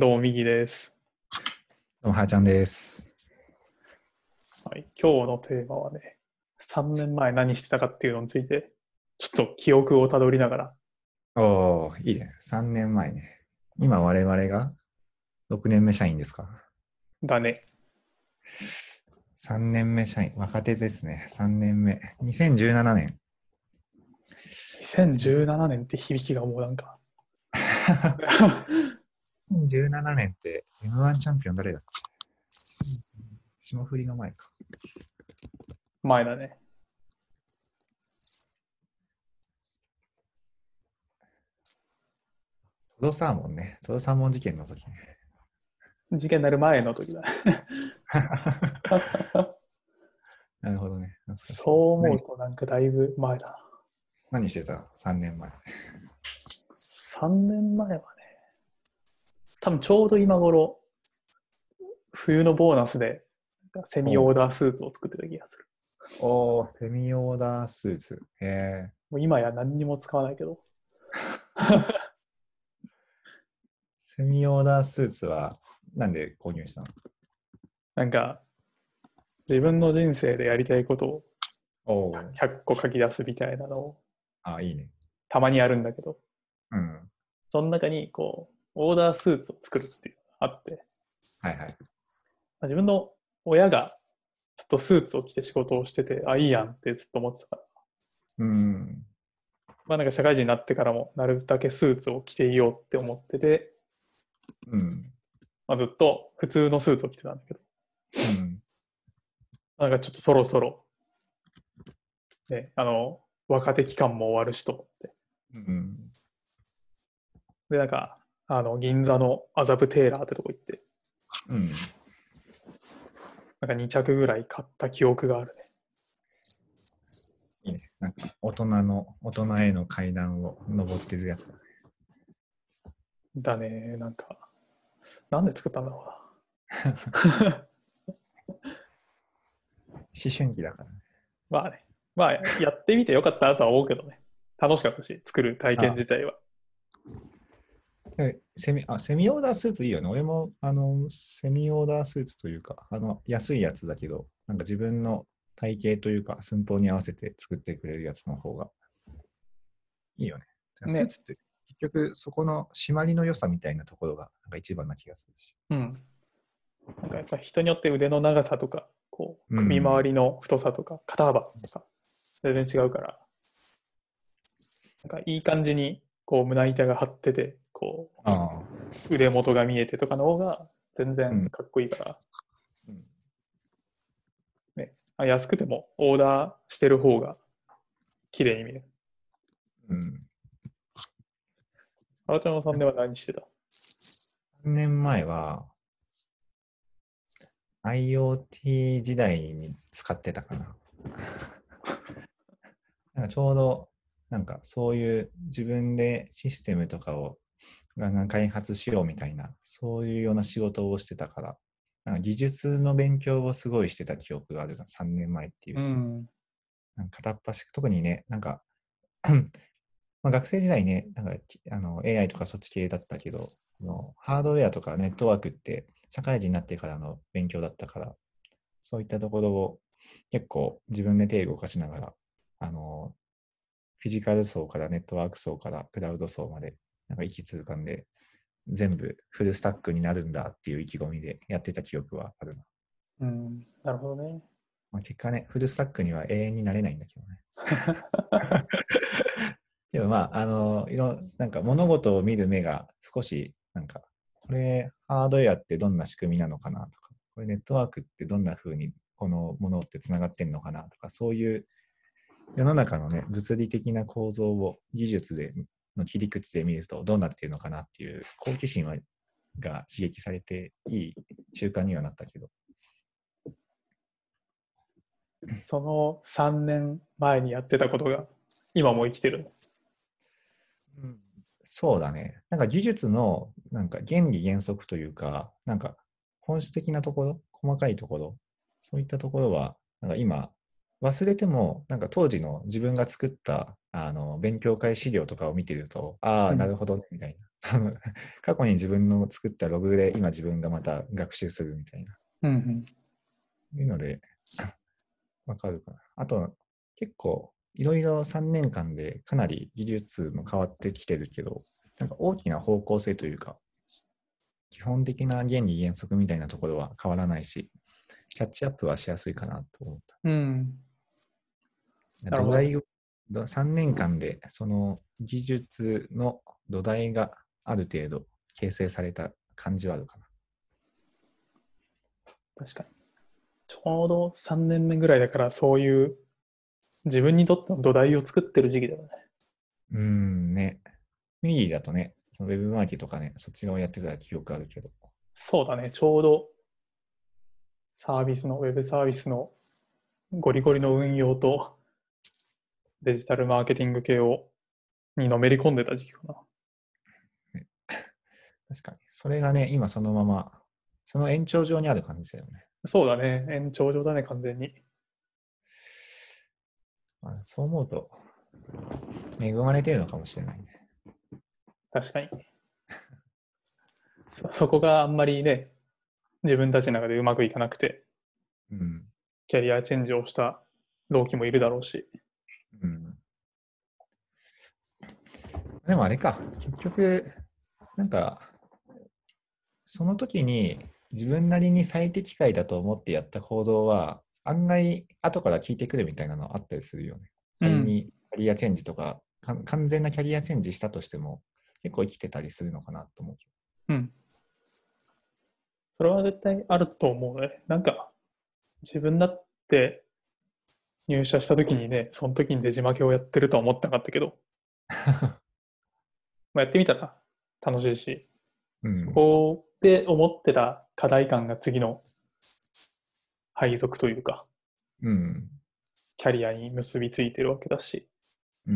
どうも、右です。 どうも、はーちゃんです。 はい、今日のテーマはね、3年前何してたかっていうのについて、ちょっと記憶をたどりながら、 おー、いいね。3年前ね。今我々が6年目社員ですか？ だね。 3 年目社員。若手ですね。3年目。2017年。 2017年って響きがもうなんか 2017年って M1 チャンピオン誰だっけ？霜降りの前か。 前だね。 トドサーモンね。トドサーモン事件の時ね。 事件になる前の時だ。 なるほどね。懐かしい。 そう思うとなんかだいぶ前だな。 何してた？ 3 年前。 3年前はね、多分ちょうど今頃、冬のボーナスでセミおー、 オーダースーツを作ってた気がする。 セミオーダースーツ。 もう今や何にも使わないけど。 セミオーダースーツはなんで購入したの？ なんか、自分の人生でやりたいことをおー、 100個書き出すみたいなのをあ、いいね。 たまにやるんだけど、 うん。 その中にこう、オーダースーツを作るっていうのがあって、 はいはい。 自分の親がずっとスーツを着て仕事をしてて、あ、いいやんってずっと思ってたから、 うん。 まあなんか社会人になってからもなるだけスーツを着ていようって思ってて、 うん。 まあ、ずっと普通のスーツを着てたんだけど、 うん。 なんかちょっとそろそろ、ね、若手期間も終わるしと思って。 うん。 で、なんか、銀座の麻布テーラーってとこ行って、 うん。 なんか2着ぐらい買った記憶があるね。 いいね。なんか、大人への階段を登ってるやつだね。 だね、なんか、なんで作ったんだろうな。 思春期だからね。 まあね、まあやってみてよかったなとは思うけどね。楽しかったし、作る体験あ、 自体は。 セミオーダースーツいいよね。俺も、セミオーダースーツというか、安いやつだけど、なんか自分の体型というか、寸法に合わせて作ってくれるやつの方がいいよね。スーね。 ツって結局、そこの締まりの良さみたいなところが、なんか一番な気がするし。 うん。なんかやっぱ人によって腕の長さとか、こう、 うん。 首周りの太さとか、肩幅とか、全然違うから、なんかいい感じに、こう、胸板が張ってて、こああ。 う、腕元が見えてとかの方が、全うん。 然かっこいいから、 うん。 ね。安くてもオーダーしてる方が綺麗に見える。 うん。 あらちゃんさんでは何してた？ 3年前は IoT 時代に使ってたかな。なんかちょうど、なんかそういう自分でシステムとかをガンガン開発しようみたいな、そういうような仕事をしてたから、なんか技術の勉強をすごいしてた記憶があるな、3年前っていうと。 うん。 なんか片っ端、特にね、なんかまあ、学生時代ね、なんかAI とかそっち系だったけど、ハードウェアとかネットワークって社会人になってからの勉強だったから、そういったところを結構自分で手を動かしながら、フィジカル層からネットワーク層からクラウド層まで、なんか一気通貫で全部フルスタックになるんだっていう意気込みでやってた記憶はあるな。 うん。なるほどね。 まあ、結果ね、フルスタックには永遠になれないんだけどね。でもまあ、なんか物事を見る目が少し、なんか、これハードウェアってどんな仕組みなのかなとか、これネットワークってどんな風にこのものってつながってんのかなとか、そういう世の中のね、物理的な構造を技術での切り口で見るとどうなっているのかなっていう好奇心が刺激されていい習慣にはなったけど。 その3年前にやってたことが今も生きてる。 うん、そうだね。なんか技術のなんか原理原則というか、なんか本質的なところ、細かいところ、そういったところは、なんか今、忘れても、なんか当時の自分が作った勉強会資料とかを見てると、ああ、なうん。 るほどね、みたいな。 その過去に自分の作ったログで今自分がまた学習するみたいな。 うんうん。 いうので、わかるかな。あと、結構、いろいろ3年間でかなり技術も変わってきてるけど、なんか大きな方向性というか、基本的な原理原則みたいなところは変わらないし、キャッチアップはしやすいかなと思っうん。 た。 なるほどね。 土台を、3年間でその技術の土台がある程度形成された感じはあるかな。 確かに。ちょうど3年目ぐらいだから、そういう自分にとっての土台を作ってる時期だよね。 ね。ミリーだとね、そのウェブマーケとかね、そっち側やってた記憶あるけど。 そうだね。ちょうどウェブサービスのゴリゴリの運用とデジタルマーケティング系にのめり込んでた時期かな。 ね、確かに。それがね、今そのまま、その延長上にある感じだよね。 そうだね。延長上だね、完全に。 そう思うと、恵まれてるのかもしれないね。 確かに。そこがあんまりね、自分たちの中でうまくいかなくて、 うん。 キャリアチェンジをした同期もいるだろうし。 うん。でもあれか、結局、なんか、その時に自分なりに最適解だと思ってやった行動は、案外後から聞いてくるみたいなのあったりするよね。 うん。 仮にキャリアチェンジとか、完全なキャリアチェンジしたとしても、結構生きてたりするのかなと思う。 うん。それは絶対あると思うね。なんか、自分だって入社した時にね、その時に出島系をやってるとは思ってなかったけど、まあ、やってみたら楽しいし、そうん。 こで思ってた課題感が次の配属というか、 うん。 キャリアに結びついてるわけだし。 うん。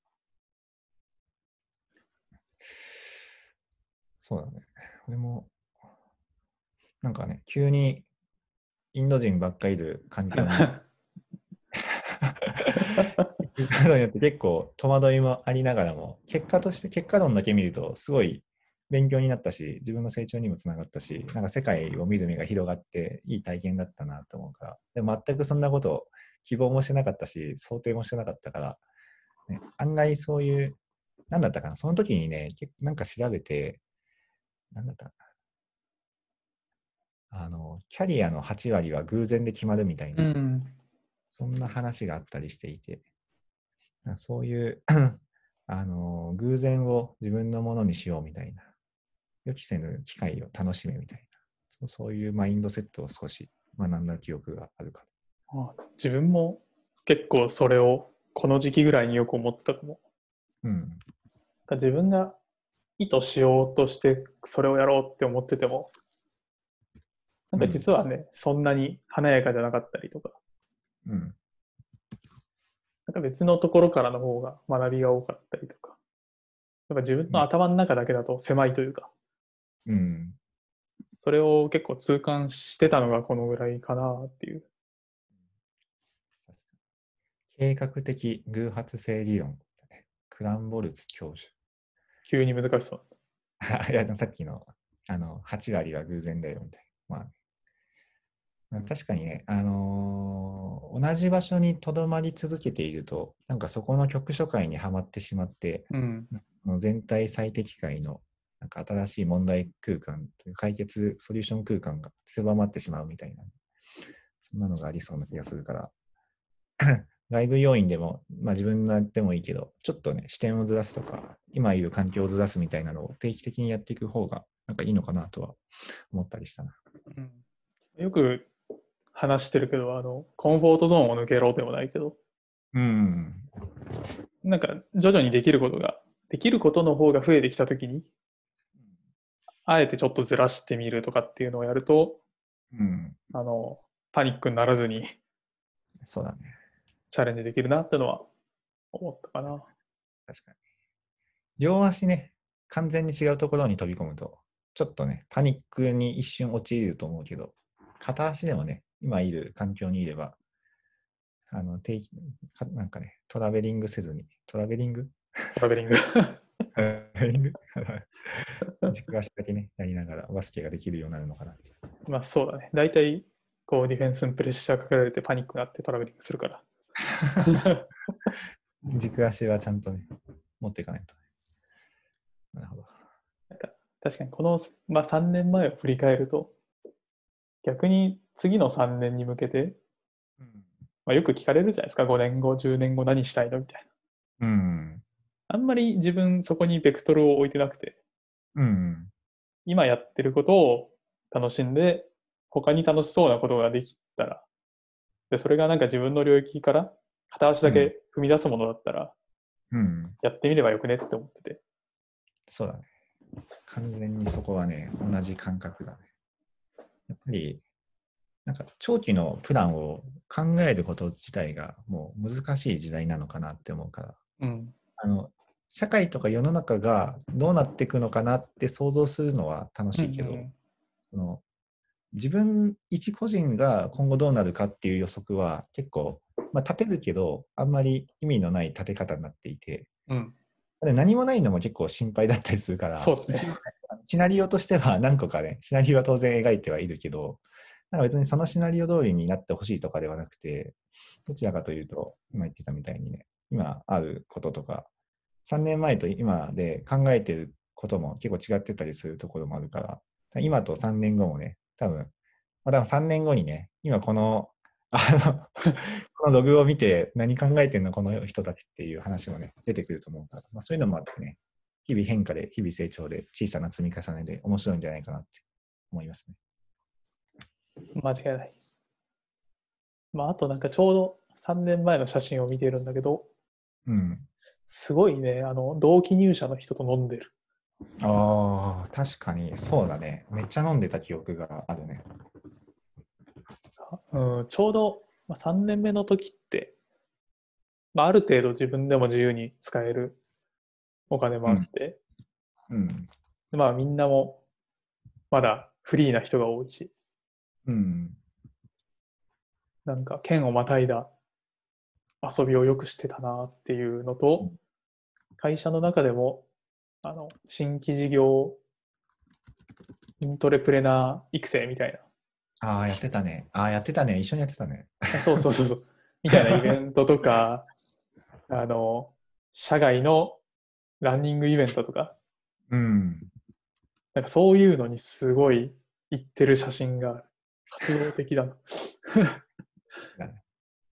そうだね。俺も、なんかね、急にインド人ばっかりいる環境に行くことによって結構戸惑いもありながらも、結果として、結果論だけ見ると、すごい勉強になったし、自分の成長にもつながったし、なんか世界を見る目が広がっていい体験だったなと思うから、でも全くそんなこと希望もしてなかったし、想定もしてなかったから、ね、案外そういう、なんだったかな、その時にね、なんか調べて、なんだったかな、キャリアの8割は偶然で決まるみたいな、 うん。 そんな話があったりしていて、そういう偶然を自分のものにしようみたいな、予期せぬ機会を楽しめみたいな、そういうマインドセットを少し学んだ記憶があるか自分も結構それをこの時期ぐらいによく思ってたかも。 な。うん。 自分が意図しようとしてそれをやろうって思ってても、なんかうん。 実はね、そんなに華やかじゃなかったりとか、 うん。 なんか別のところからの方が学びが多かったりとか、やっぱ自分うん。 の頭の中だけだと狭いというか、 うん。 それを結構痛感してたのがこのぐらいかなっていう。 計画的偶発性理論、クランボルツ教授。 急に難しそう。 いや、さっきの8割は偶然だよみたいな。確かにね、同じ場所にとどまり続けていると、なんかそこの局所界にはまってしまって、 うん。 全体最適解のなんか新しい問題空間という解決ソリューション空間が狭まってしまうみたいな、そんなのがありそうな気がするから、外部要因でも、まあ、自分がでもいいけど、ちょっとね、視点をずらすとか、今いる環境をずらすみたいなのを定期的にやっていく方が、なんかいいのかなとは思ったりしたな。 うん、よく話してるけど、コンフォートゾーンを抜けろでもないけど、 うん。 なんか徐々にできることの方が増えてきたときに、あえてちょっとずらしてみるとかっていうのをやると、 うん。 あの、パニックにならずにそうだね。 チャレンジできるなってのは思ったかな。 確かに。両足ね、完全に違うところに飛び込むと、ちょっとね、パニックに一瞬陥ると思うけど、片足でもね、今いる環境にいれば、定期なんかね、トラベリングせずに、トラベリングトラベリング軸足だけね、やりながらバスケができるようになるのかなって。 まあそうだね。大体、こうディフェンスにプレッシャーかけられてパニックになってトラベリングするから。 軸足はちゃんとね、持っていかないと。なるほど。 なんか確かにこの、まあ、3年前を振り返ると、逆に次の3年に向けて、まあ、よく聞かれるじゃないですか、5年後、10年後何したいのみたいうん。 な。あんまり自分そこにベクトルを置いてなくて、 うん。 今やってることを楽しんで、他に楽しそうなことができたら、で、それがなんか自分の領域から片足だけ踏み出すものだったら、 うん。 やってみればよくねって思ってて。 そうだね。完全にそこはね、同じ感覚だね。やっぱり、なんか長期のプランを考えること自体がもう難しい時代なのかなって思うから、 うん。 社会とか世の中がどうなっていくのかなって想像するのは楽うんうしいけど、 んその自分一個人が今後どうなるかっていう予測は結構、まあ、立てるけど、あんまり意味のない立て方になっていて、 うん。 で何もないのも結構心配だったりするから、 そうだね。 シナリオとしては何個かね、シナリオは当然描いてはいるけど、なんか別にそのシナリオ通りになってほしいとかではなくて、どちらかというと、今言ってたみたいにね、今あることとか、3年前と今で考えてることも結構違ってたりするところもあるから、今と3年後もね、多分3年後にね、今このログを見て何考えてんのこの人たちっていう話もね、出てくると思うから、まあ、そういうのもあってね、日々変化で、日々成長で、小さな積み重ねで面白いんじゃないかなって思いますね。 間違いない。まあ、あとなんかちょうど3年前の写真を見てるんだけど、 うん。 すごいね、同期入社の人と飲んでる。 ああ、確かに、そうだね。めっちゃ飲んでた記憶があるね。 うん、ちょうど、まあ、3年目の時って、まあ、ある程度自分でも自由に使えるお金もうん。 あって、 うん。 でまあみんなもまだフリーな人が多いし、 うん。 なんか県をまたいだ遊びをよくしてたなっていうのと、会社の中でも、新規事業イントレプレナー育成みたいああ、やってたね。ああ、やってたね。一緒にやってたね。 な、そうそうそうそう、みたいなイベントとか、あの、社外のランニングイベントとか、 うん。 なんかそういうのにすごい行ってる写真がある。活動的だな。 だね。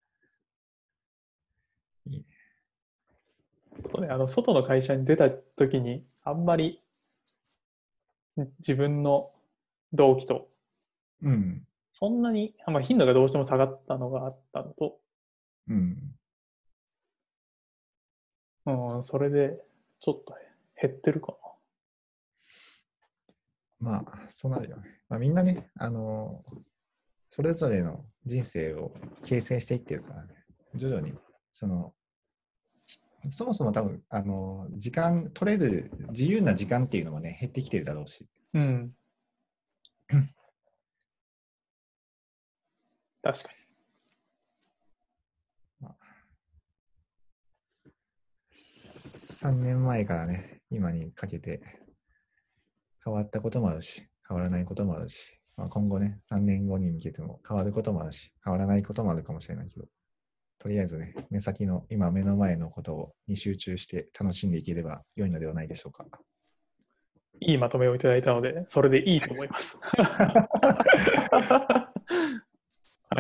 いいね。 そうね、外の会社に出た時に、あんまり自分の同期と、 うん。 そんなに、まあ、頻度がどうしても下がったのがあったのと、 うん。 うん、それでちょっと減ってるかまあ、そうなるよね。まあ、みんなね、それぞれの人生を形成していってるからね、徐々に、そもそも多分、時間、取れる自由な時間っていうのもね、減ってきてるだろうし。 な。うん、確かまあ、3年前からね、今にかけて変わったこともあるし、変わらないこともあるし、まあ、今後ね、3年後に向けても変わることもあるし、変わらないこともあるかもしれないけど、とりあえずね、目先の今目の前のことに集中して楽しんでいければ良いのではないでしょうか。 に。いいまとめをいただいたので、それでいいと思います。はい、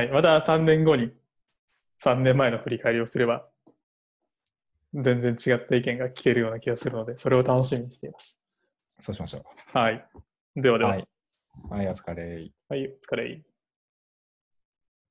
また3年後に3年前の振り返りをすれば、全然違った意見が聞けるような気がするので、それを楽しみにしています。 そうしましょう。 はい。ではでは。 はい。はい、お疲れ。 はい、お疲れ。